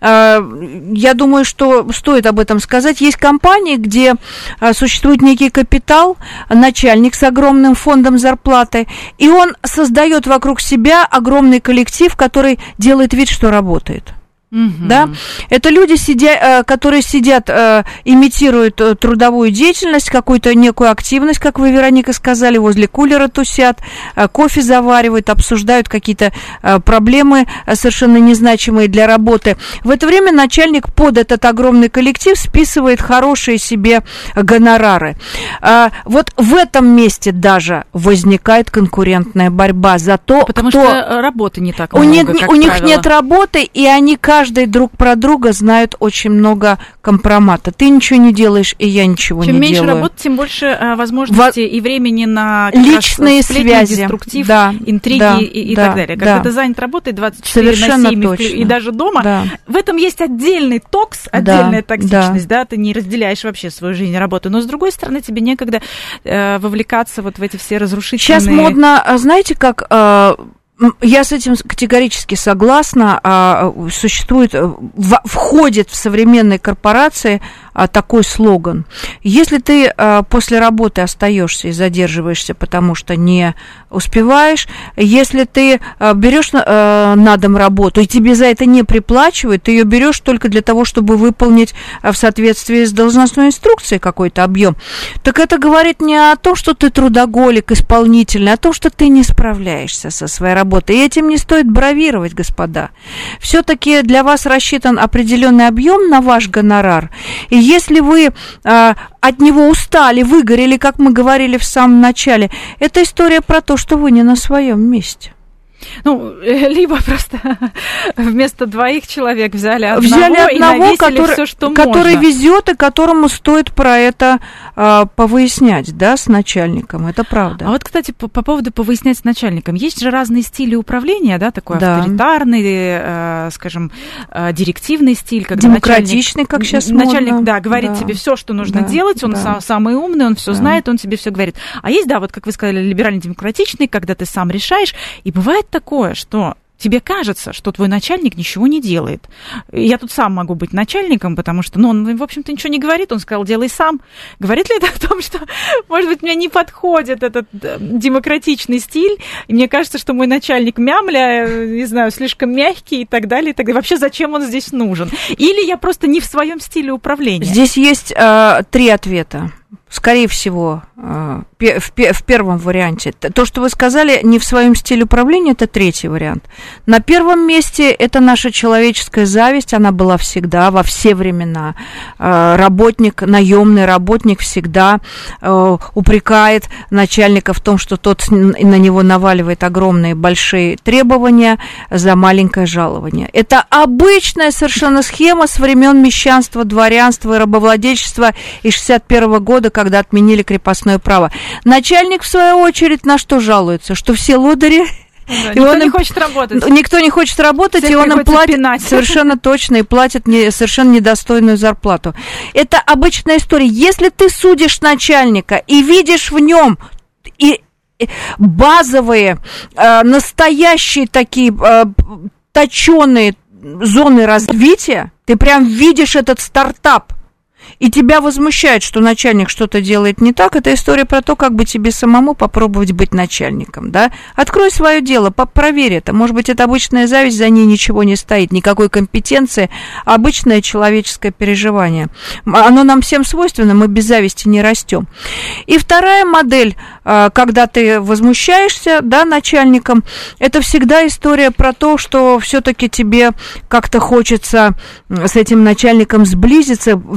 э, я думаю, что стоит об этом сказать, есть компании, где э, существует некий капитал, начальник с огромным фондом зарплаты, и он создает вокруг себя огромный коллектив, который делает вид, что работает. Mm-hmm. Да? Это люди, сидя, которые сидят, имитируют трудовую деятельность, какую-то некую активность, как вы, Вероника, сказали, возле кулера тусят, кофе заваривают, обсуждают какие-то проблемы совершенно незначимые для работы. В это время начальник под этот огромный коллектив списывает хорошие себе гонорары. Вот в этом месте даже возникает конкурентная борьба за то, Потому кто... что работы не так у много, нет, как У них правило. нет работы, и они каждый друг про друга знают очень много компромата. Ты ничего не делаешь, и я ничего Чем не меньше делаю. работы, тем больше а, возможностей Во... и времени на личные сплетни, связи, деструктив, да, интриги да, и, и да, так далее. да. Когда ты занят работой двадцать четыре Совершенно на семь точно. И даже дома, да. в этом есть отдельный токс, отдельная да, токсичность, да. да, ты не разделяешь вообще свою жизнь и работу, но с другой стороны тебе некогда э, вовлекаться вот в эти все разрушительные... Сейчас модно, знаете, как... Э, я с этим категорически согласна. Существует, входит в современные корпорации такой слоган. Если ты после работы остаешься и задерживаешься, потому что не успеваешь, если ты берешь на дом работу, и тебе за это не приплачивают, ты ее берешь только для того, чтобы выполнить в соответствии с должностной инструкцией какой-то объем, так это говорит не о том, что ты трудоголик, исполнительный, а о том, что ты не справляешься со своей работой. И этим не стоит бравировать, господа. Все-таки для вас рассчитан определенный объем на ваш гонорар. И если вы э, от него устали, выгорели, как мы говорили в самом начале, это история про то, что вы не на своем месте. Ну, либо просто вместо двоих человек взяли одного, взяли одного и который, все, что который можно. везет, и которому стоит про это э, повыяснять, да, с начальником, это правда. А вот, кстати, по, по поводу повыяснять с начальником, есть же разные стили управления, да, такой да. авторитарный, э, скажем, э, директивный стиль, когда демократичный, начальник, как сейчас начальник, модно. да, говорит да. тебе все, что нужно да. делать, он да. сам, самый умный, он все да. знает, он тебе все говорит. А есть, да, вот как вы сказали, либерально-демократичный, когда ты сам решаешь, и бывает такое, что тебе кажется, что твой начальник ничего не делает. Я тут сам могу быть начальником, потому что, ну, он, в общем-то, ничего не говорит, он сказал, делай сам. Говорит ли это о том, что, может быть, мне не подходит этот демократичный стиль, и мне кажется, что мой начальник мямля, не знаю, слишком мягкий и так далее, и так далее. Вообще, зачем он здесь нужен? Или я просто не в своем стиле управления? Здесь есть э, три ответа. Скорее всего, в первом варианте. То, что вы сказали, не в своем стиле управления, это третий вариант. На первом месте это наша человеческая зависть, она была всегда, во все времена. Работник, наемный работник всегда упрекает начальника в том, что тот на него наваливает огромные большие требования за маленькое жалование. Это обычная совершенно схема с времен мещанства, дворянства и рабовладельчества из шестьдесят первого года, когда отменили крепостное право. Начальник, в свою очередь, на что жалуется? Что все лодыри... Да, никто он не им, хочет работать. Никто не хочет работать, Всех и он им платит пинать. Совершенно точно, и платит не, совершенно недостойную зарплату. Это обычная история. Если ты судишь начальника и видишь в нем и базовые, э, настоящие такие э, точеные зоны развития, ты прям видишь этот стартап, и тебя возмущает, что начальник что-то делает не так, это история про то, как бы тебе самому попробовать быть начальником, да? Открой свое дело, проверь это. Может быть, это обычная зависть, за ней ничего не стоит, никакой компетенции, обычное человеческое переживание. Оно нам всем свойственно, мы без зависти не растем. И вторая модель, когда ты возмущаешься, да, начальником, это всегда история про то, что все-таки тебе как-то хочется с этим начальником сблизиться, вместе с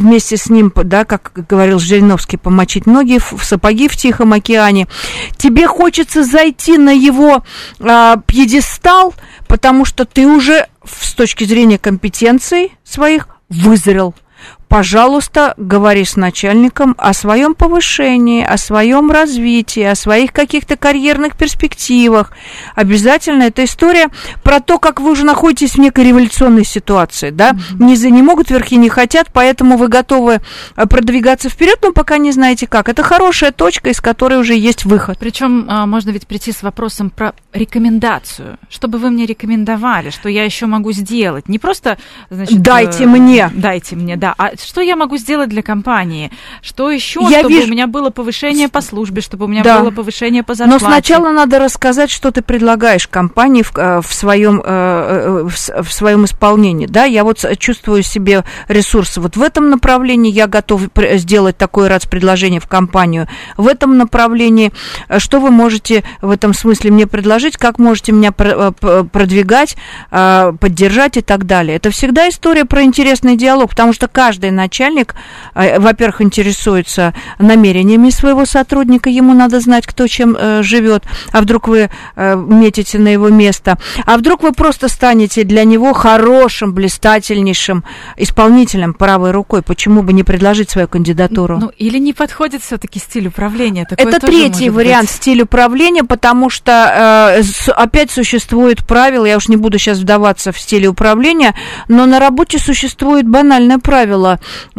с ним, да, как говорил Жириновский, помочить ноги в сапоги в Тихом океане. Тебе хочется зайти на его а, пьедестал, потому что ты уже с точки зрения компетенций своих вызрел. Пожалуйста, говори с начальником о своем повышении, о своем развитии, о своих каких-то карьерных перспективах. Обязательно эта история про то, как вы уже находитесь в некой революционной ситуации, да? Mm-hmm. Низы не могут, верхи не хотят, поэтому вы готовы продвигаться вперед, но пока не знаете как. Это хорошая точка, из которой уже есть выход. Причем можно ведь прийти с вопросом про рекомендацию. Что бы вы мне рекомендовали, что я еще могу сделать? Не просто, значит... Дайте мне. Дайте мне, да. А что я могу сделать для компании? Что еще, я чтобы вижу... у меня было повышение по службе, чтобы у меня да. было повышение по зарплате? Но сначала надо рассказать, что ты предлагаешь компании в, в, своем, в, в своем исполнении. Да? Я вот чувствую себе ресурсы. Вот в этом направлении я готов сделать такое предложение в компанию. В этом направлении что вы можете в этом смысле мне предложить? Как можете меня продвигать, поддержать и так далее? Это всегда история про интересный диалог, потому что каждый начальник, во-первых, интересуется намерениями своего сотрудника, ему надо знать, кто чем э, живет, а вдруг вы э, метите на его место, а вдруг вы просто станете для него хорошим, блистательнейшим исполнителем правой рукой, почему бы не предложить свою кандидатуру? Ну, или не подходит все-таки стиль управления? Такое Это третий вариант, стиль управления, потому что э, с, опять существует правило, я уж не буду сейчас вдаваться в стиле управления, но на работе существует банальное правило: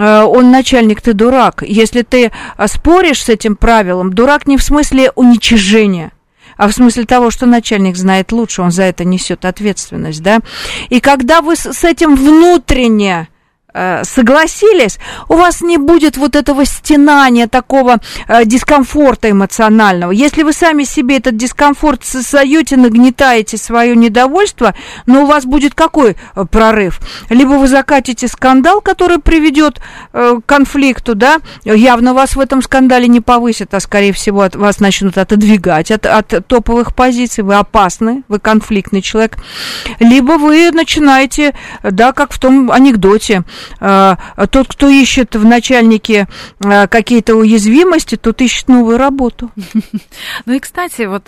он начальник, ты дурак. Если ты споришь с этим правилом, дурак не в смысле уничижения, а в смысле того, что начальник знает лучше, он за это несет ответственность, да. И когда вы с этим внутренне согласились, у вас не будет вот этого стенания, такого э, дискомфорта эмоционального. Если вы сами себе этот дискомфорт создаете, нагнетаете свое недовольство, но у вас будет какой э, прорыв? Либо вы закатите скандал, который приведет э, к конфликту, да, явно вас в этом скандале не повысят, а скорее всего от вас начнут отодвигать от, от топовых позиций, вы опасны, вы конфликтный человек. Либо вы начинаете, да, как в том анекдоте, тот, кто ищет в начальнике какие-то уязвимости, тот ищет новую работу. Ну и, кстати, вот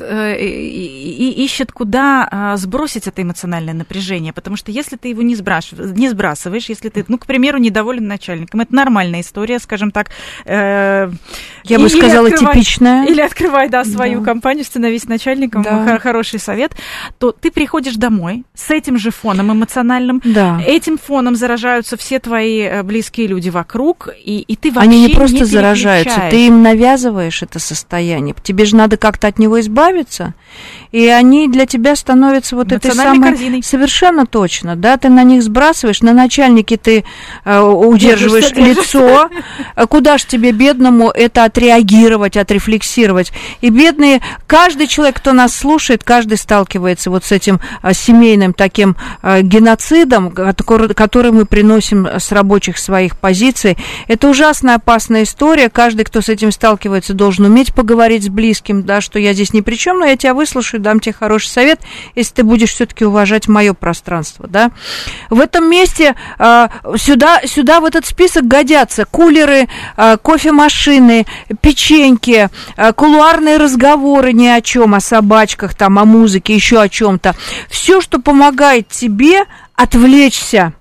и ищет, куда сбросить это эмоциональное напряжение, потому что если ты его не сбрасываешь, не сбрасываешь, если ты, ну, к примеру, недоволен начальником, это нормальная история, скажем так. Я бы сказала, открывай, типичная. Или открывай, да, свою да. компанию, становись начальником, да. хороший совет, то ты приходишь домой с этим же фоном эмоциональным, да. этим фоном заражаются все твои близкие люди вокруг, и, и ты вообще Они не просто не заражаются, ты им навязываешь это состояние. Тебе же надо как-то от него избавиться, и они для тебя становятся вот этой самой... корзиной. Совершенно точно, да, ты на них сбрасываешь, на начальнике ты э, удерживаешь держишься, лицо, держишься. Куда ж тебе, бедному, это отреагировать, отрефлексировать. И бедные, каждый человек, кто нас слушает, каждый сталкивается вот с этим э, семейным таким э, геноцидом, который, который мы приносим с рабочих своих позиций. Это ужасно опасная история. Каждый, кто с этим сталкивается, должен уметь поговорить с близким, да, что я здесь ни при чем, но я тебя выслушаю, дам тебе хороший совет, если ты будешь все-таки уважать мое пространство, да. В этом месте э, сюда, сюда в этот список годятся кулеры, э, кофемашины, печеньки, э, кулуарные разговоры ни о чем, о собачках, там, о музыке, еще о чем-то. Все, что помогает тебе отвлечься.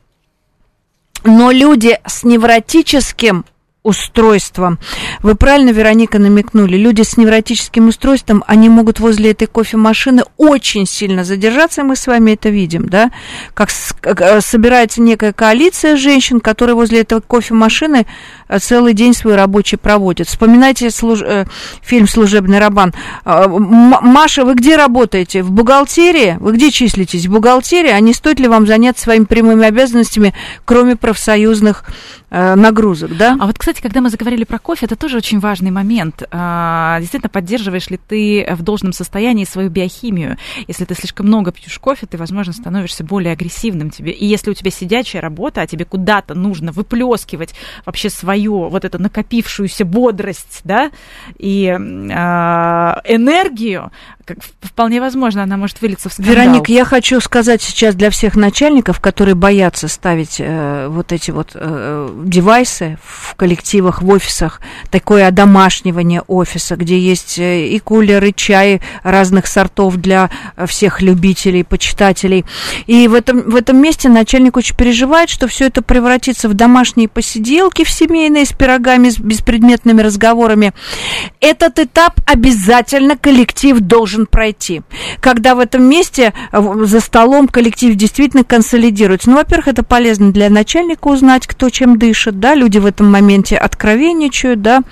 Но люди с невротическим устройством, вы правильно, Вероника, намекнули, люди с невротическим устройством, они могут возле этой кофемашины очень сильно задержаться, и мы с вами это видим, да, как, как собирается некая коалиция женщин, которые возле этой кофемашины целый день свой рабочий проводят. Вспоминайте служ... фильм «Служебный роман». Маша, вы где работаете? В бухгалтерии? Вы где числитесь? В бухгалтерии? А не стоит ли вам заняться своими прямыми обязанностями, кроме профсоюзных э, нагрузок, да? А вот, кстати, когда мы заговорили про кофе, это тоже очень важный момент. А, действительно, поддерживаешь ли ты в должном состоянии свою биохимию? Если ты слишком много пьешь кофе, ты, возможно, становишься более агрессивным тебе. И если у тебя сидячая работа, а тебе куда-то нужно выплескивать вообще свою вот эту накопившуюся бодрость, да, и э, энергию, как, вполне возможно, она может вылиться в скандал. Вероника, я хочу сказать сейчас для всех начальников, которые боятся ставить э, вот эти вот э, девайсы в коллективах, в офисах, такое одомашнивание офиса, где есть и кулер, и чай разных сортов для всех любителей, почитателей. И в этом, в этом месте начальник очень переживает, что все это превратится в домашние посиделки, в семейные, с пирогами, с беспредметными разговорами. Этот этап обязательно коллектив должен пройти. Когда в этом месте за столом коллектив действительно консолидируется. Ну, во-первых, это полезно для начальника узнать, кто чем дышит, да, люди в этом моменте откровенничают, да,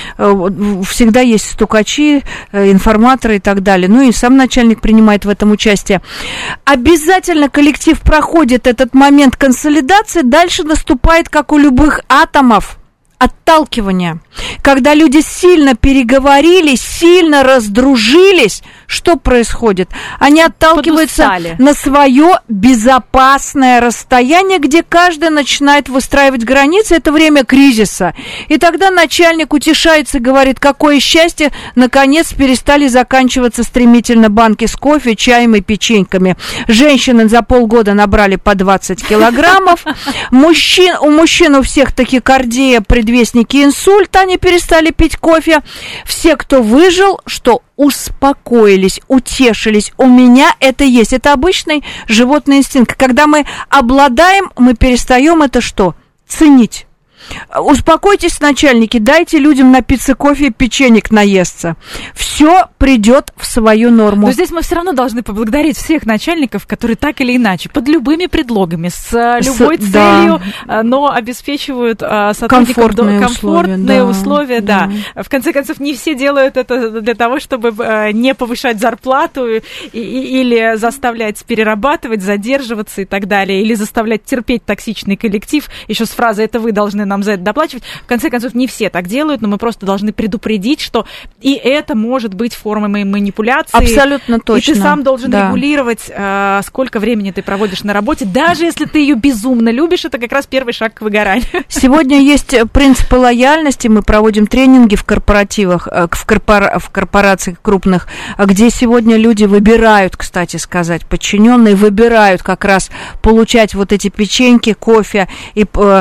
всегда есть стукачи, информаторы и так далее. Ну, и сам начальник принимает в этом участие. Обязательно коллектив проходит этот момент консолидации, дальше наступает, как у любых атомов, отталкивание. Когда люди сильно переговорили, сильно раздружились, что происходит? Они отталкиваются Подустали. на свое безопасное расстояние, где каждый начинает выстраивать границы. Это время кризиса. И тогда начальник утешается и говорит, какое счастье, наконец перестали заканчиваться стремительно банки с кофе, чаем и печеньками. Женщины за полгода набрали по двадцать килограммов. Мужчин, у мужчин у всех тахикардия, предвестники инсульта, они перестали пить кофе. Все, кто выжил, что успокоились, утешились. У меня это есть. Это обычный животный инстинкт. Когда мы обладаем, мы перестаем это что? Ценить. Успокойтесь, начальники, дайте людям напиться кофе и печенек наесться. Все придет в свою норму. Но здесь мы все равно должны поблагодарить всех начальников, которые так или иначе, под любыми предлогами, с любой с, целью, да. но обеспечивают сотрудникам комфортные, до, комфортные условия. условия да. Да. В конце концов, не все делают это для того, чтобы не повышать зарплату и, и, или заставлять перерабатывать, задерживаться и так далее, или заставлять терпеть токсичный коллектив. Еще с фразой «это вы должны нам за это доплачивать». В конце концов, не все так делают, но мы просто должны предупредить, что и это может быть формой манипуляции. Абсолютно точно. И ты сам должен да. регулировать, сколько времени ты проводишь на работе. Даже если ты ее безумно любишь, это как раз первый шаг к выгоранию. Сегодня есть принципы лояльности. Мы проводим тренинги в корпоративах, в, корпора- в корпорациях крупных, где сегодня люди выбирают, кстати сказать, подчиненные выбирают как раз получать вот эти печеньки, кофе и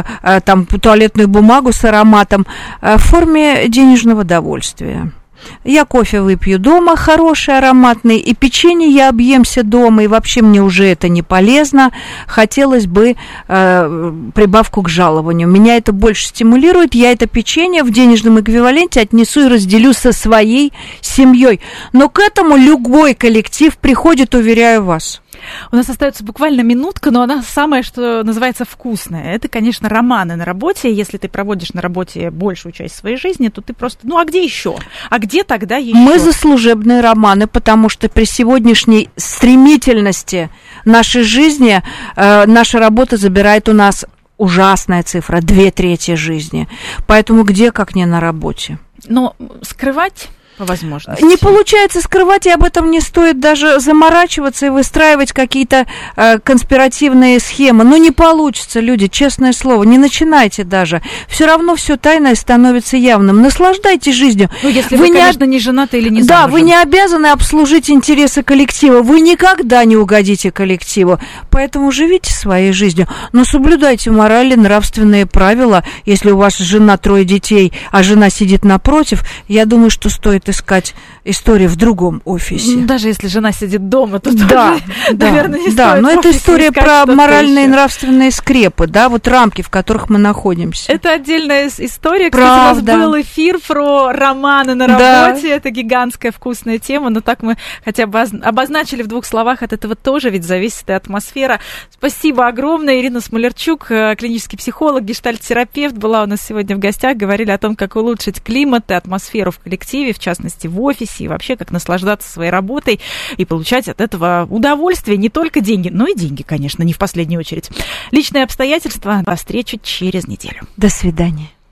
там туалетную бумагу с ароматом в форме денежного довольствия. Я кофе выпью дома, хороший, ароматный, и печенье я объемся дома, и вообще мне уже это не полезно. Хотелось бы э, прибавку к жалованию. Меня это больше стимулирует, я это печенье в денежном эквиваленте отнесу и разделю со своей семьей. Но к этому любой коллектив приходит, уверяю вас. У нас остается буквально минутка, но она самая, что называется, вкусная. Это, конечно, романы на работе. Если ты проводишь на работе большую часть своей жизни, то ты просто... Ну, а где еще? А где тогда еще? Мы за служебные романы, потому что при сегодняшней стремительности нашей жизни э, наша работа забирает у нас ужасная цифра, две трети жизни. Поэтому где, как не на работе? Но скрывать... по возможности. Не получается скрывать, и об этом не стоит даже заморачиваться и выстраивать какие-то э, конспиративные схемы. Ну, не получится, люди, честное слово, не начинайте даже. Все равно все тайное становится явным. Наслаждайтесь жизнью. Ну, если вы, вы конечно, не, не женаты или не замужем. Да, вы не обязаны обслужить интересы коллектива. Вы никогда не угодите коллективу. Поэтому живите своей жизнью. Но соблюдайте морали, нравственные правила. Если у вас жена, трое детей, а жена сидит напротив, я думаю, что стоит искать историю в другом офисе. Даже если жена сидит дома, то да, тоже, да, наверное, не да, стоит. Но это история про моральные еще. и нравственные скрепы, да, вот рамки, в которых мы находимся. Это отдельная история. Правда. Кстати, у нас был эфир про романы на работе. Да. Это гигантская вкусная тема, но так мы хотя бы обозначили в двух словах. От этого тоже ведь зависит и атмосфера. Спасибо огромное. Ирина Смолярчук, клинический психолог, гештальт-терапевт, была у нас сегодня в гостях. Говорили о том, как улучшить климат и атмосферу в коллективе, в частности, в офисе, и вообще, как наслаждаться своей работой и получать от этого удовольствие, не только деньги, но и деньги, конечно, не в последнюю очередь. Личные обстоятельства. До встречи через неделю. До свидания.